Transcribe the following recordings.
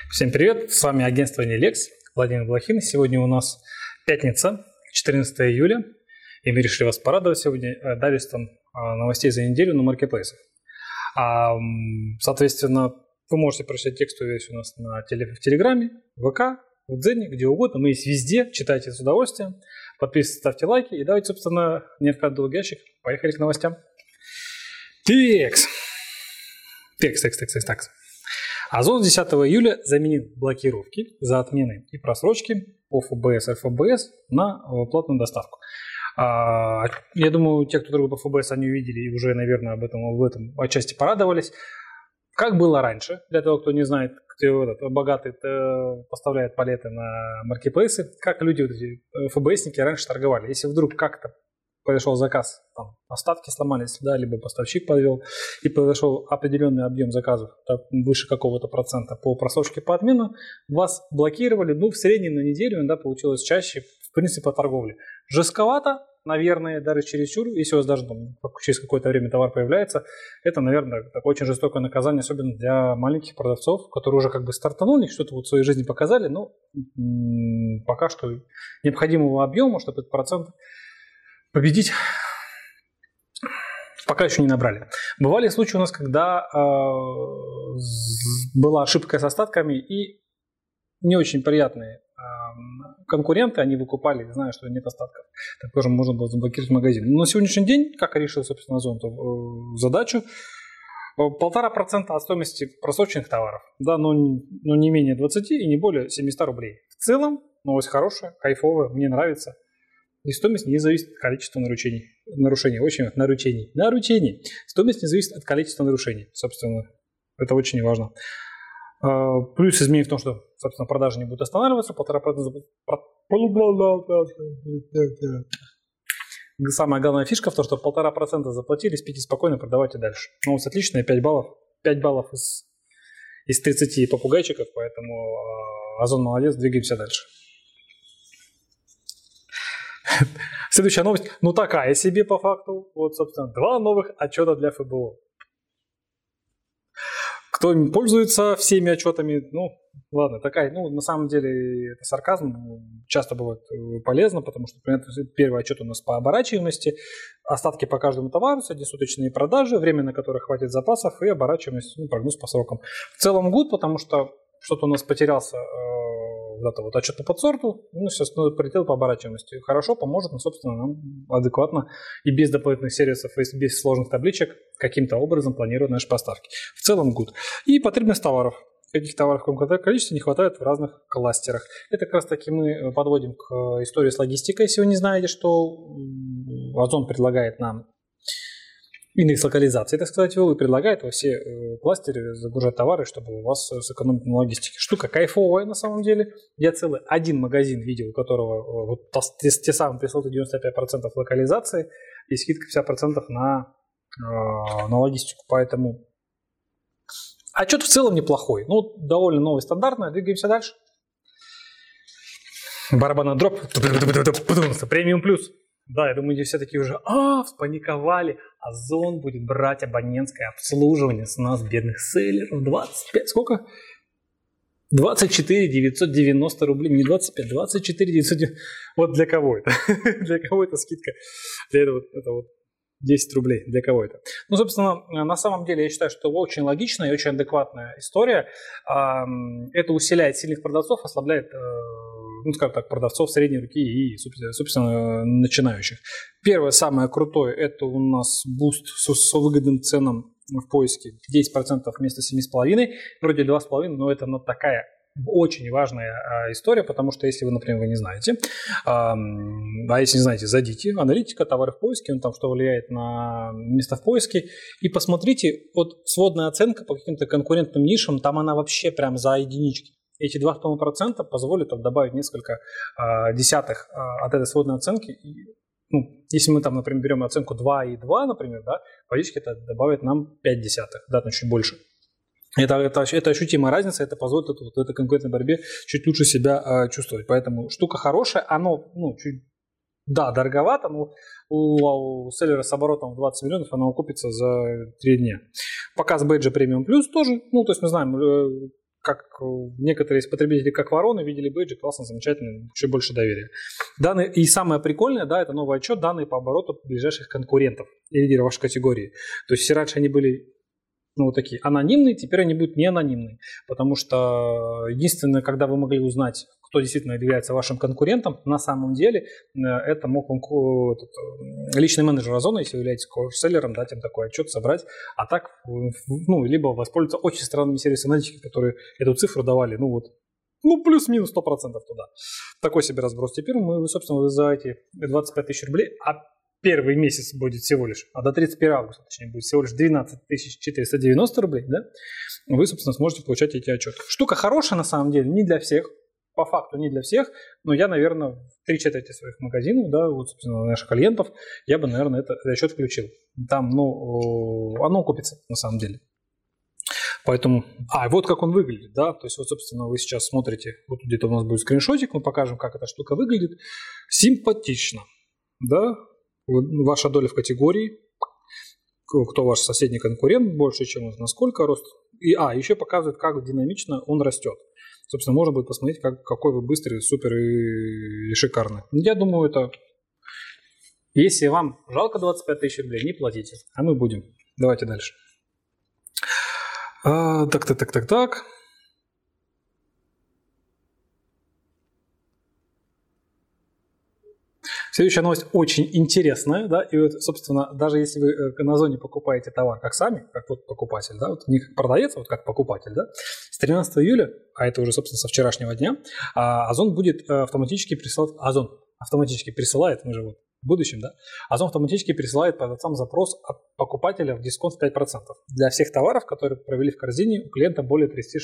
Всем привет, с вами агентство Nilex, Владимир Блохин. Сегодня у нас пятница, 14 июля, и мы решили вас порадовать сегодня дайджестом новостей за неделю на маркетплейсах. Соответственно, вы можете прочитать текстовую версию у нас в Телеграме, в ВК, в Дзене, где угодно. Мы есть везде, читайте с удовольствием, подписывайтесь, ставьте лайки. И давайте, собственно, не откладывая долгий ящик, поехали к новостям. Текст. Озон с 10 июля заменит блокировки за отмены и просрочки по ФБС и ФБС на платную доставку. Я думаю, те, кто торгует по ФБС, они увидели и уже, наверное, об этом отчасти порадовались. Как было раньше, для того, кто не знает, кто богатый поставляет палеты на маркетплейсы, как люди, ФБСники, раньше торговали. Если вдруг как-то произошел заказ, там, остатки сломались, да, либо поставщик подвел, и произошел определенный объем заказов выше какого-то процента по просрочке по отмену, вас блокировали, в среднем на неделю, иногда получилось чаще, в принципе, по торговле. Жестковато, наверное, даже чересчур, если у вас даже через какое-то время товар появляется, это, наверное, такое очень жестокое наказание, особенно для маленьких продавцов, которые уже как бы стартанули, что-то в своей жизни показали, но пока что необходимого объема, чтобы этот процент победить, пока еще не набрали. Бывали случаи у нас, когда была ошибка с остатками, и не очень приятные конкуренты, они выкупали, зная, что нет остатков. Так тоже можно было заблокировать магазин. Но на сегодняшний день, как решил, собственно, Озон задачу, 1,5% от стоимости просроченных товаров, да, но не менее 20 и не более 700 рублей. В целом, новость хорошая, кайфовая, мне нравится. И стоимость не зависит от количества нарушений. Стоимость не зависит от количества нарушений. Собственно, это очень важно. Плюс изменение в том, что, собственно, продажи не будут останавливаться. 1,5%. Самая главная фишка в том, что 1,5% заплатили, спите спокойно, продавайте дальше. Новость отличная, 5 баллов. 5 баллов из 30 попугайчиков, поэтому Озон молодец, двигаемся дальше. Следующая новость, такая себе по факту. Вот, собственно, 2 новых отчета для ФБО. Кто пользуется всеми отчетами, ладно, такая, на самом деле это сарказм, часто бывает полезно, потому что, например, первый отчет у нас по оборачиваемости, остатки по каждому товару, среднесуточные продажи, время на которое хватит запасов и оборачиваемость, прогноз по срокам. В целом гуд, потому что что-то у нас потерялся отчет по подсорту, сейчас прилетел по оборачиваемости. Хорошо, поможет, собственно, нам адекватно и без дополнительных сервисов, и без сложных табличек каким-то образом планировать наши поставки. В целом good. И потребность товаров. Каких товаров в каком количестве не хватает в разных кластерах. Это как раз таки мы подводим к истории с логистикой. Если вы не знаете, что Озон предлагает нам индекс локализации, так сказать, и предлагает во все кластеры загружать товары, чтобы у вас сэкономить на логистике. Штука кайфовая на самом деле. Я целый один магазин видел, у которого те самые присылки 95% локализации и скидка 50% на логистику. Поэтому отчет в целом неплохой. Довольно новый, стандартный. Двигаемся дальше. Барабанный дроп. Премиум плюс. Да, я думаю, все такие уже спаниковали. Озон будет брать абонентское обслуживание с нас, бедных селлеров. 25, сколько? 24 990 рублей. Не 25, 24 990. Вот для кого это? Для кого это скидка? Для этого это 10 рублей. Для кого это? Собственно, на самом деле я считаю, что очень логичная и очень адекватная история. Это усиляет сильных продавцов, ослабляет продавцов средней руки и, собственно, начинающих. Первое, самое крутое, это у нас буст с выгодным ценам в поиске 10% вместо 7,5%, вроде 2,5%, но это такая очень важная история, потому что если вы, например, не знаете, если не знаете, зайдите, аналитика, товары в поиске, что влияет на место в поиске, и посмотрите, сводная оценка по каким-то конкурентным нишам, там она вообще прям за единички. Эти 2,5% позволят добавить несколько десятых от этой сводной оценки. Если мы например, берем оценку 2,2, например, да, фактически это добавит нам 0,5, да, чуть больше. Это ощутимая разница, это позволит в этой конкурентной борьбе чуть лучше себя чувствовать. Поэтому штука хорошая, оно чуть, дороговато, но у селлера с оборотом в 20 миллионов оно окупится за 3 дня. Показ бейджа премиум плюс тоже, то есть мы знаем, как некоторые из потребителей, как вороны, видели бейджи, классно, замечательно, еще больше доверия. Данные, и самое прикольное, да, это новый отчет, данные по обороту ближайших конкурентов и лидеров вашей категории. То есть, если раньше они были вот такие анонимные, теперь они будут не анонимные, потому что единственное, когда вы могли узнать, кто действительно является вашим конкурентом, на самом деле это мог личный менеджер Озона, если вы являетесь селлером, дать им такой отчет, собрать, а так, либо воспользоваться очень странными сервисами аналитики, которые эту цифру давали, плюс-минус 100% туда. Такой себе разброс. Теперь вы, собственно, за эти 25 тысяч рублей, первый месяц будет всего лишь, а до 31 августа, точнее, будет всего лишь 12 490 рублей, да, вы, собственно, сможете получать эти отчеты. Штука хорошая, на самом деле, не для всех, по факту не для всех, но я, наверное, в 3/4 своих магазинов, да, вот, собственно, наших клиентов, я бы, наверное, этот отчет включил. Там, оно окупится, на самом деле. Поэтому, вот как он выглядит, да, то есть, вот, собственно, вы сейчас смотрите, вот где-то у нас будет скриншотик, мы покажем, как эта штука выглядит. Симпатично, да. Ваша доля в категории, кто ваш соседний конкурент, больше, чем насколько рост. И еще показывает, как динамично он растет. Собственно, можно будет посмотреть, какой вы быстрый, супер и шикарный. Я думаю, это... Если вам жалко 25 тысяч рублей, не платите, а мы будем. Давайте дальше. Так. Следующая новость очень интересная, да, и вот, собственно, даже если вы на Озоне покупаете товар как сами, как вот покупатель, да, вот не как продавец, а вот как покупатель, да, с 13 июля, а это уже, собственно, со вчерашнего дня, Озон будет автоматически присылает, мы же вот в будущем, да, Озон автоматически присылает продавцам запрос от покупателя в дисконт в 5% для всех товаров, которые провели в корзине у клиента более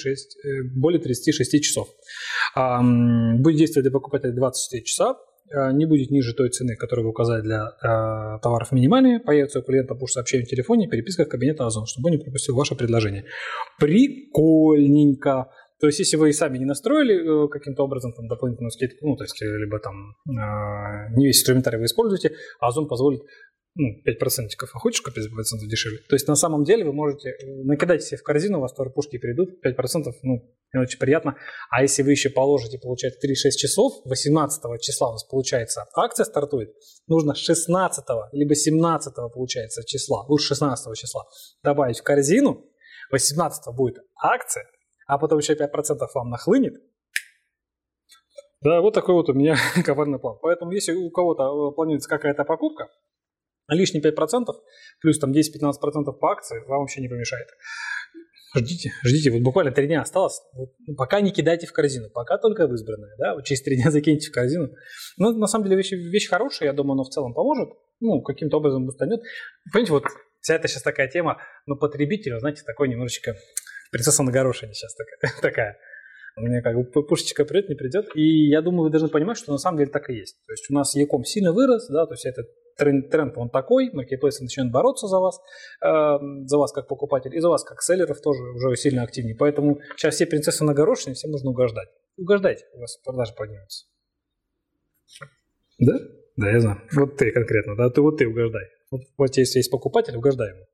36 часов. Будет действовать для покупателя 24 часа, не будет ниже той цены, которую вы указали для товаров минимальные, появится у клиента push-сообщение в телефоне, переписка в кабинете Озон, чтобы он не пропустил ваше предложение. Прикольненько. То есть, если вы сами не настроили каким-то образом там, дополнительную скидку, то есть, либо там не весь инструментарий вы используете, Озон позволит 5%, а хочешь купить за 5% дешевле? То есть, на самом деле, вы можете накидать себе в корзину, у вас тоже пушки перейдут, 5%, не очень приятно. А если вы еще положите, получается, 3-6 часов, 18 числа у нас, получается, акция стартует, нужно 16 либо 17 получается числа, лучше 16 числа, добавить в корзину, 18 будет акция, а потом еще 5% вам нахлынет. Да, вот такой вот у меня коварный план. Поэтому, если у кого-то планируется какая-то покупка, лишние 5%, плюс там 10-15% по акции, вам вообще не помешает. Ждите, вот буквально 3 дня осталось. Вот, пока не кидайте в корзину, пока только в избранное, да, вот через 3 дня закиньте в корзину. На самом деле вещь хорошая, я думаю, она в целом поможет, каким-то образом бустанет. Понимаете, вот вся эта сейчас такая тема, потребителю, знаете, такой немножечко принцесса на горошине сейчас такая. У меня как бы пушечка придет, не придет. И я думаю, вы должны понимать, что на самом деле так и есть. То есть у нас e-com сильно вырос, да, то есть этот тренд он такой, маркетплейсы начинают бороться за вас как покупатель, и за вас как селлеров тоже уже сильно активнее. Поэтому сейчас все принцессы на горошине, всем нужно угождать. Угождайте, у вас продажи поднимутся. Да? Да, я знаю. Вот ты конкретно, да, ты угождай. Вот если есть покупатель, угождай ему.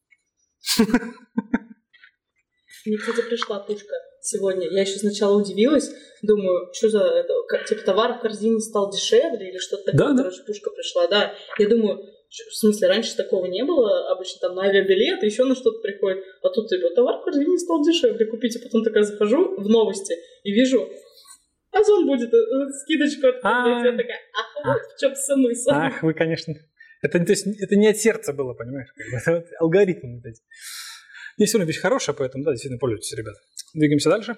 Мне, кстати, пришла пушка сегодня. Я еще сначала удивилась, думаю, что за это, товар в корзине стал дешевле или что-то такое. Да. Короче, пушка пришла, да. Я думаю, в смысле, раньше такого не было, обычно там на авиабилеты, еще на что-то приходит, а тут товар в корзине стал дешевле купить, а потом такая захожу в новости и вижу, Озон будет скидочку отправлять. Я такая, вот в чем смысл. Вы, конечно, это не от сердца было, понимаешь, это алгоритмы вот эти. Есть все равно вещь хорошая, поэтому, да, действительно пользуйтесь, ребят. Двигаемся дальше.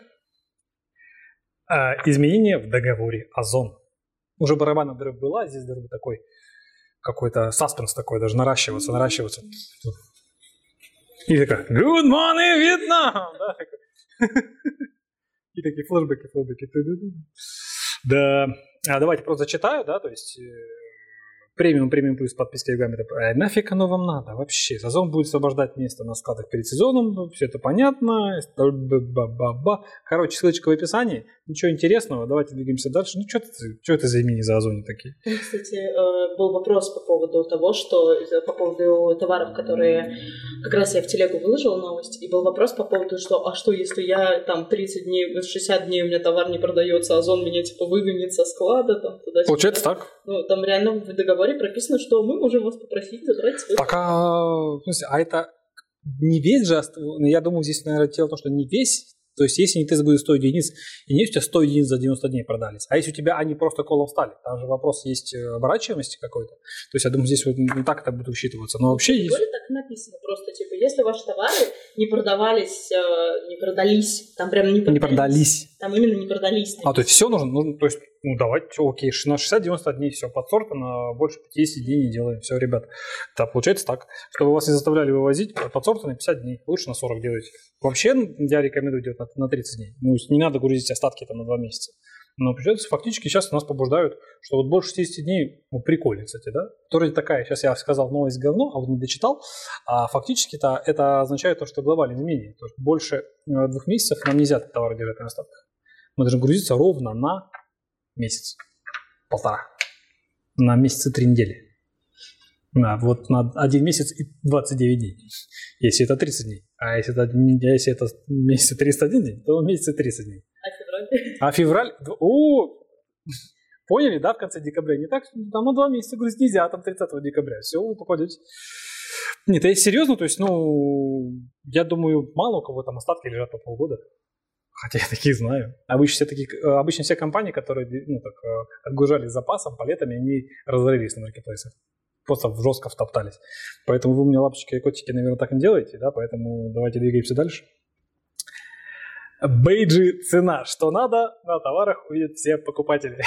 Изменения в договоре Озон. Уже барабанная дробь была, здесь даже такой какой-то саспенс такой, даже наращиваться. И такая, good morning, Vietnam! Да, и такие флешбеки. Да, давайте просто зачитаю, да, то есть... Премиум плюс подписки регламента. Нафиг оно вам надо вообще? Озон будет освобождать место на складах перед сезоном. Все это понятно. Короче, ссылочка в описании. Ничего интересного. Давайте двигаемся дальше. Что это за имени за Озоне такие? Кстати, был вопрос по поводу того, что по поводу товаров, которые как раз я в телегу выложила новость, и был вопрос по поводу, что а что, если я там 30 дней, 60 дней у меня товар не продается, Озон меня типа выгонит со склада там туда-сюда. Получается так. Ну, там реально в договоре прописано, что мы можем вас попросить забрать свой Так, в смысле, а это не весь же, я думаю, здесь, наверное, дело в том, что не весь. То есть, если ты будет 100 единиц, и не у тебя 100 единиц за 90 дней продались, а если у тебя они просто колом встали, там же вопрос есть оборачиваемости какой-то. То есть, я думаю, здесь вот не так это будет учитываться. Но вообще есть... Так написано просто, типа, если ваши товары не продавались, не продались, там прям не продались. Не продались. Там именно не продались. А, то есть, все нужно, то есть, давайте, все, окей, на 60-90 дней все подсортано, больше 50 дней не делаем, все, ребят. Да, получается так, чтобы вас не заставляли вывозить, подсортано 50 дней, лучше на 40 делайте. Вообще, я рекомендую делать на 30 дней. Ну, не надо грузить остатки там на 2 месяца. Но, получается, фактически сейчас нас побуждают, что вот больше 60 дней, прикольно, кстати, да? Вроде такая, сейчас я сказал новость говно, а вот не дочитал, а фактически-то это означает то, что глобальное изменение. То есть больше 2 месяцев нам нельзя товар держать на остатках. Мы должны грузиться ровно на месяц, 1,5. На месяцы 3 недели. Вот на 1 месяц и 29 дней. Если это 30 дней. А если это месяц 31 день, то месяц 30 дней. А февраль? Поняли, да, в конце декабря? Не так, там на 2 месяца грузить нельзя, там 30 декабря. Все, вы попадете. Нет, это серьезно, то есть, я думаю, мало у кого там остатки лежат по полгода. Хотя я такие знаю. Обычно все компании, которые отгружали с запасом палетами, они разорились на маркетплейсах. Просто жестко втоптались. Поэтому вы у меня, лапочки и котики, наверное, так не делаете, да? Поэтому давайте двигаемся дальше. Бейджи цена. Что надо, на товарах увидят все покупатели.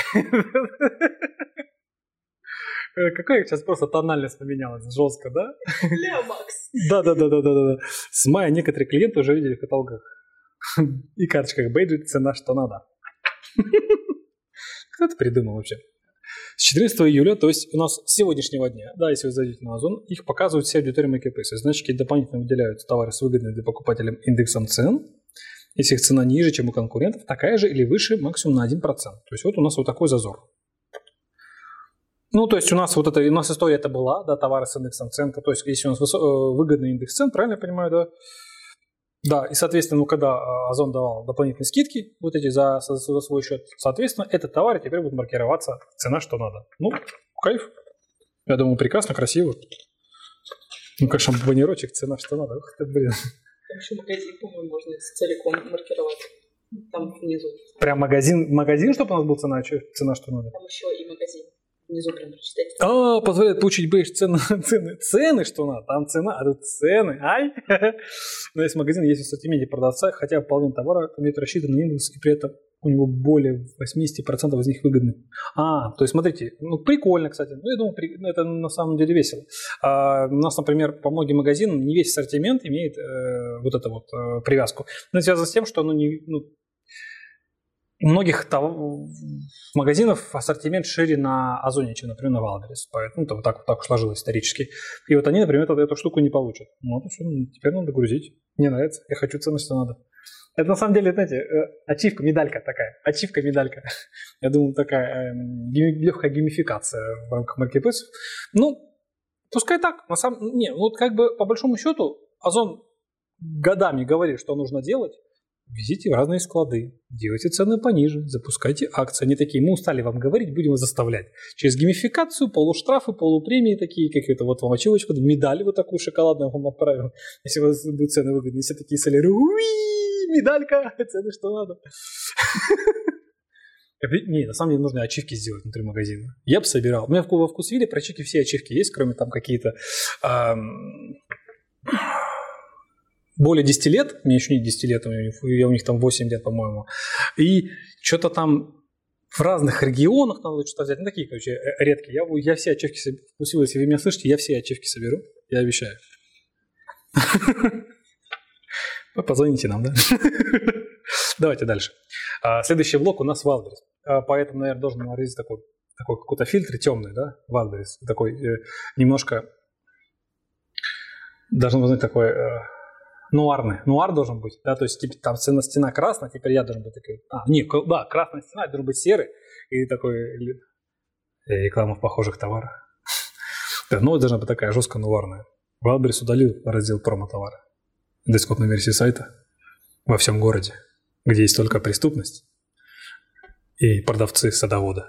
Какая сейчас просто тональность поменялась, жестко, да? Леомакс. Да. С мая некоторые клиенты уже видели в каталогах и карточках бейджи цена, что надо. Кто это придумал вообще? С 14 июля, то есть у нас с сегодняшнего дня, да, если вы зайдете на Озон, их показывают все аудитории Marketplace. Значки дополнительно выделяют товары с выгодным для покупателя индексом цен. Если их цена ниже, чем у конкурентов, такая же или выше максимум на 1%. То есть вот у нас вот такой зазор. То есть у нас история это была, да, товары с индексом цен. То есть если у нас выгодный индекс цен, правильно я понимаю, да? Да, и, соответственно, когда Озон давал дополнительные скидки вот эти за свой счет, соответственно, этот товар теперь будет маркироваться цена, что надо. Кайф. Я думаю, прекрасно, красиво. Конечно, баннерочек, цена, что надо. Ух ты, блин. Там еще магазин, по-моему, можно целиком маркировать. Там внизу. Прям магазин, чтобы у нас был цена, что надо? Там еще и магазин. Внизу прям прочитайте. Позволяет получить бейдж цены, что надо. Там цена, а тут цены. Ай! Но если магазин есть в ассортименте продавца, хотя бы половина товара имеет рассчитанный индекс, и при этом у него более 80% из них выгодны. То есть, смотрите, прикольно, кстати. Я думаю, это на самом деле весело. У нас, например, по многим магазинам не весь ассортимент имеет вот эту вот привязку. Но это связано с тем, что у многих магазинов ассортимент шире на Озоне, чем, например, на Wildberries. Поэтому вот так уж сложилось исторически. И вот они, например, эту штуку не получат. Теперь надо грузить. Мне нравится. Я хочу цену, что надо. Это на самом деле, знаете, ачивка, медалька такая. Ачивка-медалька. Я думаю, такая легкая геймификация в рамках маркетплейсов. Пускай так. По большому счету, Озон годами говорит, что нужно делать. Везите в разные склады, делайте цены пониже, запускайте акции. Они такие, мы устали вам говорить, будем вас заставлять. Через геймификацию, полуштрафы, полупремии такие, какие-то вот вам ачивочку, медаль вот такую шоколадную вам отправим, если у вас будут цены выгодные. Все такие соляры, медалька, цены что надо. Не, на самом деле нужно ачивки сделать внутри магазина. Я бы собирал. У меня во Вкусвилле про чеки все ачивки есть, кроме там какие-то... более 10 лет, мне еще не 10 лет, я у них там 8 лет, по-моему, и что-то там в разных регионах надо что-то взять, такие, короче, редкие. Я все ачивки вкусил, если вы меня слышите, я все ачивки соберу, я обещаю. Позвоните нам, да? Давайте дальше. Следующий блок у нас Wildberries, поэтому, наверное, должен нарезать такой какой-то фильтр темный, да, Wildberries, такой немножко, должен быть такой... Нуарный. Нуар должен быть, да, то есть там стена красная, теперь я должен быть такой... красная стена, должен быть серый и такой реклама в похожих товарах. Да, новость должна быть такая жестко нуарная. Wildberries удалил раздел промо-товары. Десктопной версии сайта во всем городе, где есть только преступность и продавцы-садоводы.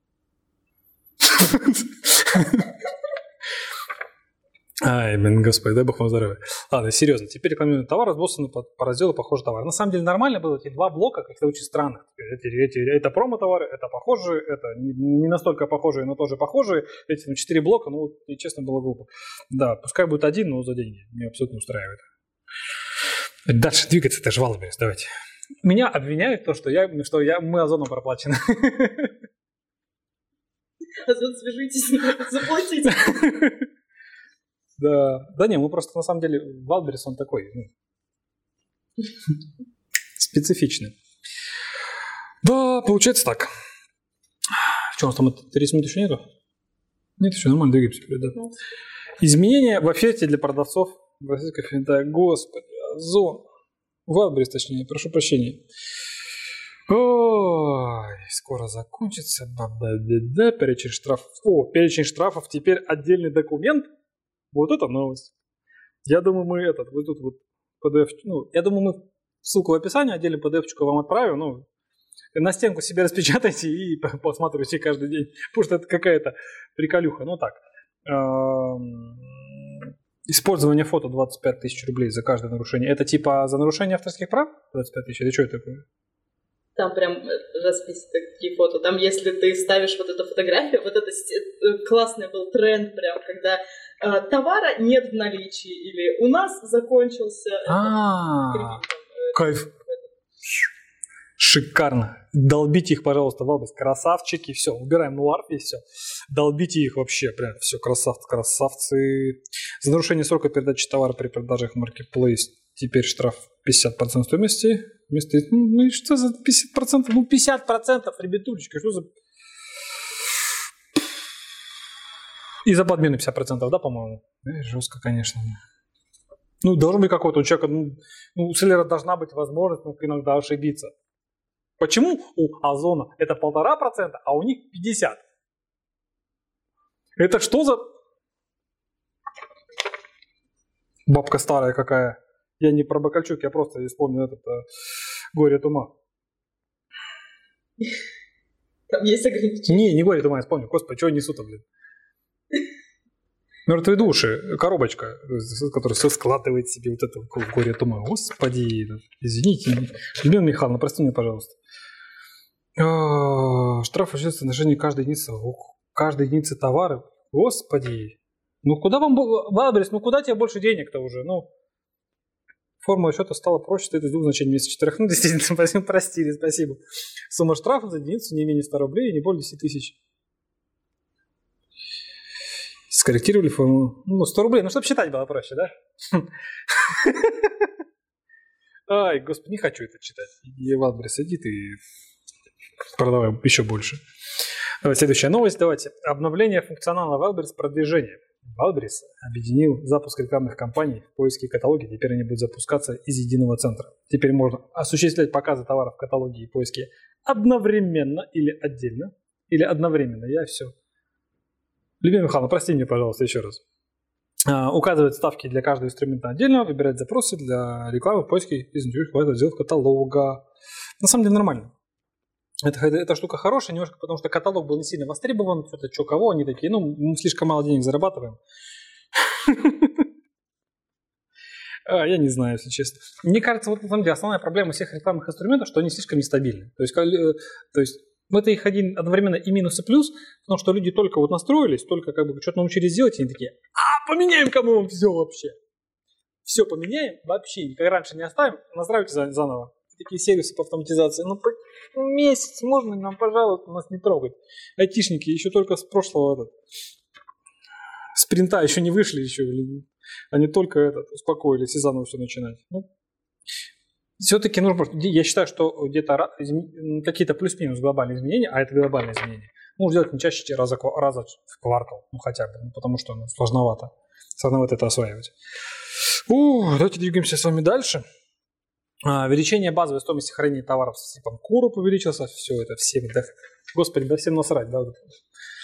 Ай, блин, господи, дай бог вам здоровья. Ладно, серьезно, теперь рекламируют товар, разбросаны по разделу похожий товар. На самом деле нормально было эти два блока, как-то очень странно. Это промо-товары, это похожие, это не настолько похожие, но тоже похожие. Эти 4 блока, ну, и честно, было глупо. Да, пускай будет один, но за деньги. Меня абсолютно устраивает. Дальше двигаться, это же Wildberries, давайте. Меня обвиняют то, что мы Озоном проплачены. Озон, свяжитесь, заплатите. Да не, мы просто на самом деле Wildberries, он такой специфичный. Да, получается так. Что у нас там, 30 минут еще нету? Нет, еще нормально двигаемся вперед, да. Изменения в оферте для продавцов в российской да, господи, Озон. Wildberries, точнее, прошу прощения. Ой, скоро закончится. Перечень штрафов. Перечень штрафов теперь отдельный документ. Вот это новость. Я думаю, мы вот тут вот PDF, я думаю, мы ссылку в описании, отдельно PDF-чку вам отправим, на стенку себе распечатайте и посматривайте каждый день, потому что это какая-то приколюха. Так. Использование фото 25 тысяч рублей за каждое нарушение. Это типа за нарушение авторских прав 25 тысяч? Это что это такое? Там прям расписаны такие фото. Там, если ты ставишь вот эту фотографию, вот это классный был тренд прям, когда товара нет в наличии, или у нас закончился... Кайф. Шикарно. Долбите их, пожалуйста, Wildberries. Красавчики. Все, убираем нуар и все. Долбите их вообще. Прям все, красавцы. За нарушение срока передачи товара при продажах в Marketplace теперь штраф 50% стоимости. Что за 50%? 50%, ребятулечка. Что за... И за подмену 50%, да, по-моему? Жестко, конечно. Должен быть какой-то у человека, у селлера должна быть возможность иногда ошибиться. Почему у Озона это 1,5%, а у них 50%? Это что за... Бабка старая какая. Я не про Бакальчук, я просто вспомнил этот «Горе от ума». Там есть ограничения? Не «Горе от ума», я вспомнил. Господи, что я несу-то, блин? «Мертвые души», коробочка, которая все складывает себе вот это «Горе от ума». Господи, извините. Людмила Михайловна, прости меня, пожалуйста. Штраф осуществляется в отношении каждой единицы товара. Господи. Куда вам, Wildberries, куда тебе больше денег-то уже? Формула счета стала проще, стоит из двух значений вместо 4. Действительно, простили, спасибо. Сумма штрафа за единицу не менее 100 рублей и не более 10 тысяч. Скорректировали формулу. 100 рублей, чтобы считать было проще, да? Ай, господи, не хочу это читать. Wildberries, иди ты продавай еще больше. Давайте, следующая новость. Давайте. Обновление функционала Wildberries продвижение. Wildberries объединил запуск рекламных кампаний в поиске и каталоге. Теперь они будут запускаться из единого центра. Теперь можно осуществлять показы товаров в каталоге и поиске одновременно или отдельно. Или одновременно. Я все. Людмила Михайловна, прости меня, пожалуйста, еще раз. Указывать ставки для каждого инструмента отдельно, выбирать запросы для рекламы в поиске из отделов каталога. На самом деле нормально. Эта штука хорошая немножко, потому что каталог был не сильно востребован. Что-то, что, кого, они такие, мы слишком мало денег зарабатываем. Я не знаю, если честно. Мне кажется, на самом деле основная проблема всех рекламных инструментов, что они слишком нестабильны. То есть это их одновременно и минус, и плюс, потому что люди только настроились, только что-то научились делать, и они такие, поменяем кому все вообще. Все поменяем, вообще, никогда раньше не оставим, настраивайте заново. Такие сервисы по автоматизации. Месяц можно нам, пожалуйста, нас не трогать. Айтишники еще только с прошлого спринта еще не вышли еще. Они только успокоились и заново все начинать. Все-таки нужно, я считаю, что где-то какие-то плюс-минус глобальные изменения, а это глобальные изменения, нужно делать не чаще раза в квартал, хотя бы, потому что сложновато это осваивать. Давайте двигаемся с вами дальше. Увеличение базовой стоимости хранения товаров с типом Куруп увеличился. Все это всем, господи, да всем насрать, да?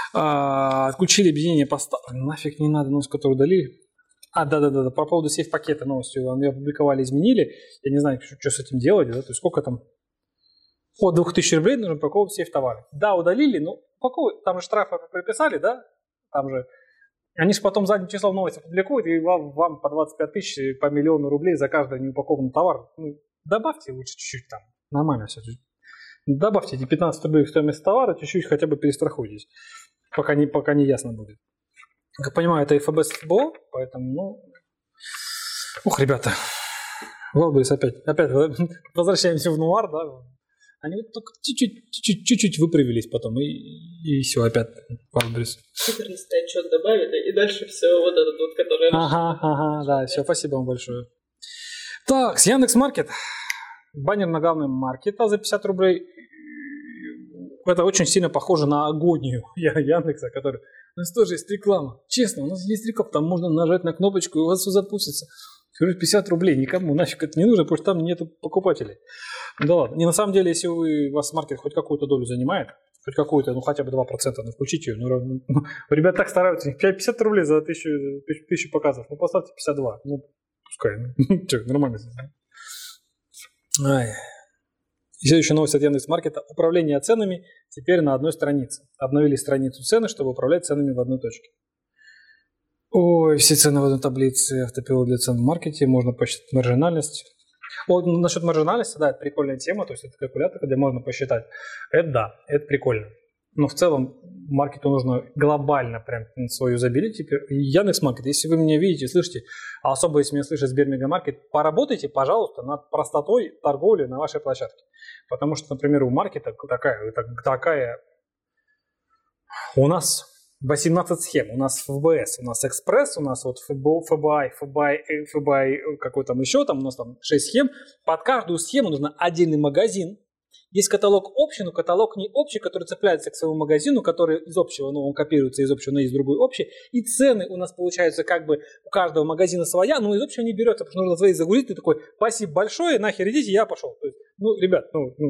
Отключили объединение поставок. Нафиг не надо новость, которую удалили. Да. По поводу сейф-пакета новостью. Ее опубликовали, изменили. Я не знаю, что с этим делать. Да? То есть сколько там? От 2000 рублей нужно упаковывать сейф-товары. Да, удалили, но упаковывать. Там же штрафы приписали, да? Там же... Они же потом задним числом новости публикуют, и вам по 25 тысяч, по миллиону рублей за каждый неупакованный товар. Ну, добавьте лучше чуть-чуть там. Нормально все. Добавьте эти 15 рублей в стоимость товара, чуть-чуть хотя бы перестрахуйтесь. Пока не ясно будет. Как я понимаю, это ФБ с ФБО, поэтому, ну... Ух, ребята. Wildberries опять возвращаемся в нуар, да? Они вот только чуть-чуть выправились потом, и все, опять Wildberries. 14-й отчет добавили, и дальше все вот этот вот, который... Ага, да, все, спасибо вам большое. Так, с Яндекс.Маркет. Баннер на главном маркета за 50 рублей. Это очень сильно похоже на агонию Яндекса, который... У нас тоже есть реклама. Честно, у нас есть реклама. Там можно нажать на кнопочку, и у вас все запустится. 50 рублей. Никому нафиг это не нужно, потому что там нету покупателей. Да ладно. Не, на самом деле, если у вас маркет хоть какую-то долю занимает, хоть какую-то, ну хотя бы 2%, ну включите ее. Ну, ребята так стараются. 50 рублей за 1000 показов. Ну поставьте 52. Ну, пускай. Че, нормально. Ай. И следующая новость от Яндекс.Маркета. Управление ценами теперь на одной странице. Обновили страницу цены, чтобы управлять ценами в одной точке. Ой, все цены в одной таблице. Автопилот для цен в маркете. Можно посчитать маржинальность. Вот насчет маржинальности, да, это прикольная тема. То есть это калькулятор, где можно посчитать. Это да, это прикольно. Но в целом маркету нужно глобально прям свою юзабилити. Яндекс.Маркет, если вы меня видите, слышите, а особо если меня слышит Сбермегамаркет, поработайте, пожалуйста, над простотой торговли на вашей площадке. Потому что, например, у маркета такая... У нас 18 схем, у нас ФБС, у нас Экспресс, у нас вот ФБА, какой там еще, там у нас там 6 схем. Под каждую схему нужно отдельный магазин. Есть каталог общий, но каталог не общий, который цепляется к своему магазину, который из общего, ну, он копируется из общего, но есть другой общий. И цены у нас получаются как бы у каждого магазина своя, но из общего не берется, потому что нужно свои загрузить. Ты такой, спасибо большое, нахер идите, я пошел. То есть, ну, ребят,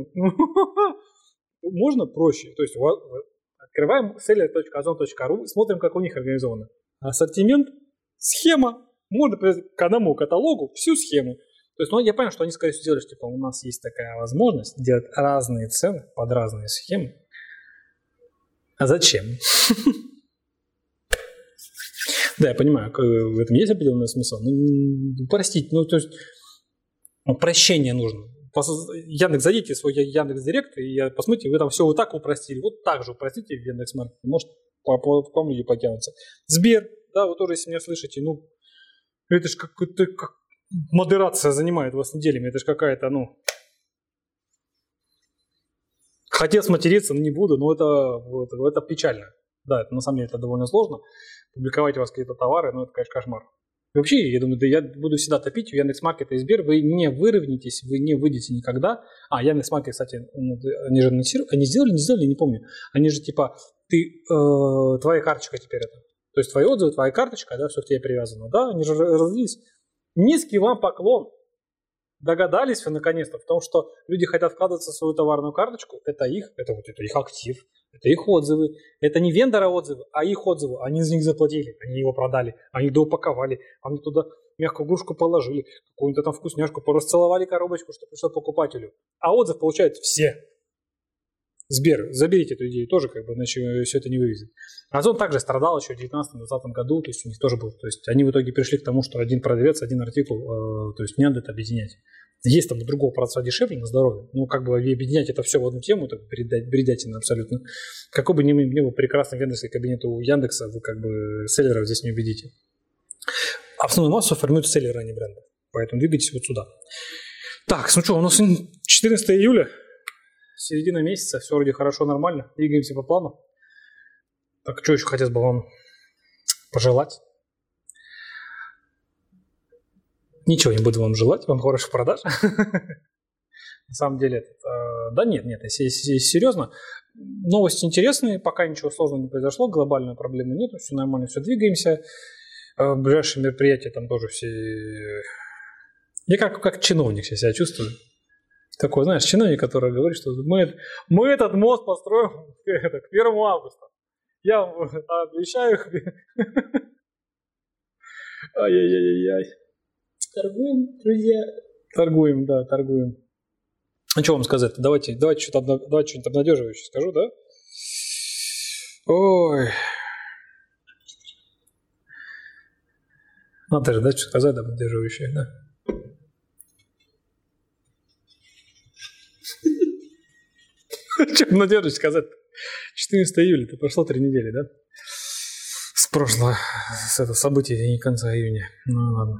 можно проще. То есть открываем seller.ozon.ru, смотрим, как у них организовано. Ассортимент, схема, можно привязать к одному каталогу всю схему. То есть, ну, я понял, что они, скорее всего, сделали, что типа, у нас есть такая возможность делать разные цены под разные схемы. А зачем? Да, я понимаю, в этом есть определенный смысл. Ну, упростить, ну, то есть, упрощение нужно. Яндекс, зайдите в свой Яндекс.Директ и посмотрите, вы там все вот так упростили. Вот так же упростите в Яндекс.Маркете. Может, по люди потянутся. Сбер, да, вы тоже, если меня слышите, ну, это же какой-то... Модерация занимает вас неделями. Это же какая-то, ну... Хотел сматериться, но не буду, но это печально. Да, это, на самом деле это довольно сложно. Публиковать у вас какие-то товары, ну это, конечно, кошмар. И вообще, я думаю, да я буду всегда топить у Яндекс.Маркета и Сбер. Вы не выровняетесь, вы не выйдете никогда. Яндекс.Маркет, кстати, они же анонсировали. Они не сделали, не помню. Они же типа, твоя карточка теперь это. То есть твои отзывы, твоя карточка, да, все к тебе привязано. Да, они же разделились. Низкий вам поклон. Догадались вы наконец-то в том, что люди хотят вкладываться в свою товарную карточку. Это их актив, это их отзывы. Это не вендора отзывы, а их отзывы. Они за них заплатили, они его продали, они доупаковали, они туда мягкую игрушку положили, какую-то там вкусняшку, порасцеловали коробочку, чтобы пришло покупателю. А отзыв получают все. Сбер, заберите эту идею тоже, как бы, иначе все это не вывезет. Озон также страдал еще в 2019-2020 году, то есть у них тоже был, то есть они в итоге пришли к тому, что один продавец, один артикул, то есть не надо это объединять. Есть там у другого продавца дешевле на здоровье, но как бы объединять это все в одну тему, это бредятина абсолютно. Какой бы ни был прекрасный вендорский кабинет у Яндекса, вы как бы селлеров здесь не убедите. Основную массу формируют селлеры, а не бренды, поэтому двигайтесь вот сюда. Так, ну что, у нас 14 июля. Середина месяца, все вроде хорошо, нормально. Двигаемся по плану. Так, что еще хотелось бы вам пожелать? Ничего не буду вам желать, вам хороших продаж. На самом деле, да нет, если серьезно. Новости интересные, пока ничего сложного не произошло, глобальной проблемы нет, все нормально, все двигаемся. Ближайшие мероприятия там тоже все... Я как чиновник себя чувствую. Такой, знаешь, чиновник, который говорит, что мы этот мост построим к 1 августа. Я вам обещаю. Ай-яй-яй-яй. Торгуем, друзья. Торгуем, да, торгуем. А что вам сказать? Давайте что-нибудь обнадеживающее скажу, да? Ой. Надо же, да, что сказать обнадеживающее, да? Что обнадеживающее сказать? 14 июля, это прошло 3 недели, да? С прошлого, с этого события, не конца июня. Ну ладно.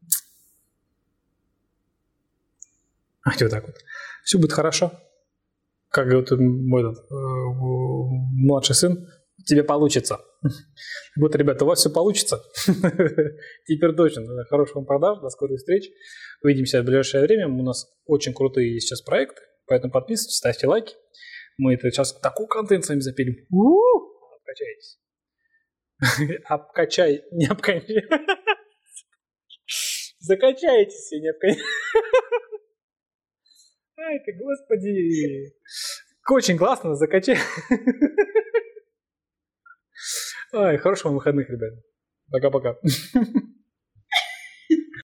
А вот так вот. Все будет хорошо. Как говорит мой младший сын, тебе получится. Вот, ребята, у вас все получится. Теперь точно. Хороших вам продаж, до скорых встреч. Увидимся в ближайшее время. У нас очень крутые сейчас проекты, поэтому подписывайтесь, ставьте лайки. Мы это сейчас такой контент с вами запилим. Обкачайтесь. Не обкачай. Закачайтесь, не обкачайтесь. Ай ты, господи. Очень классно, закачай. Ай, хороших вам выходных, ребят. Пока-пока.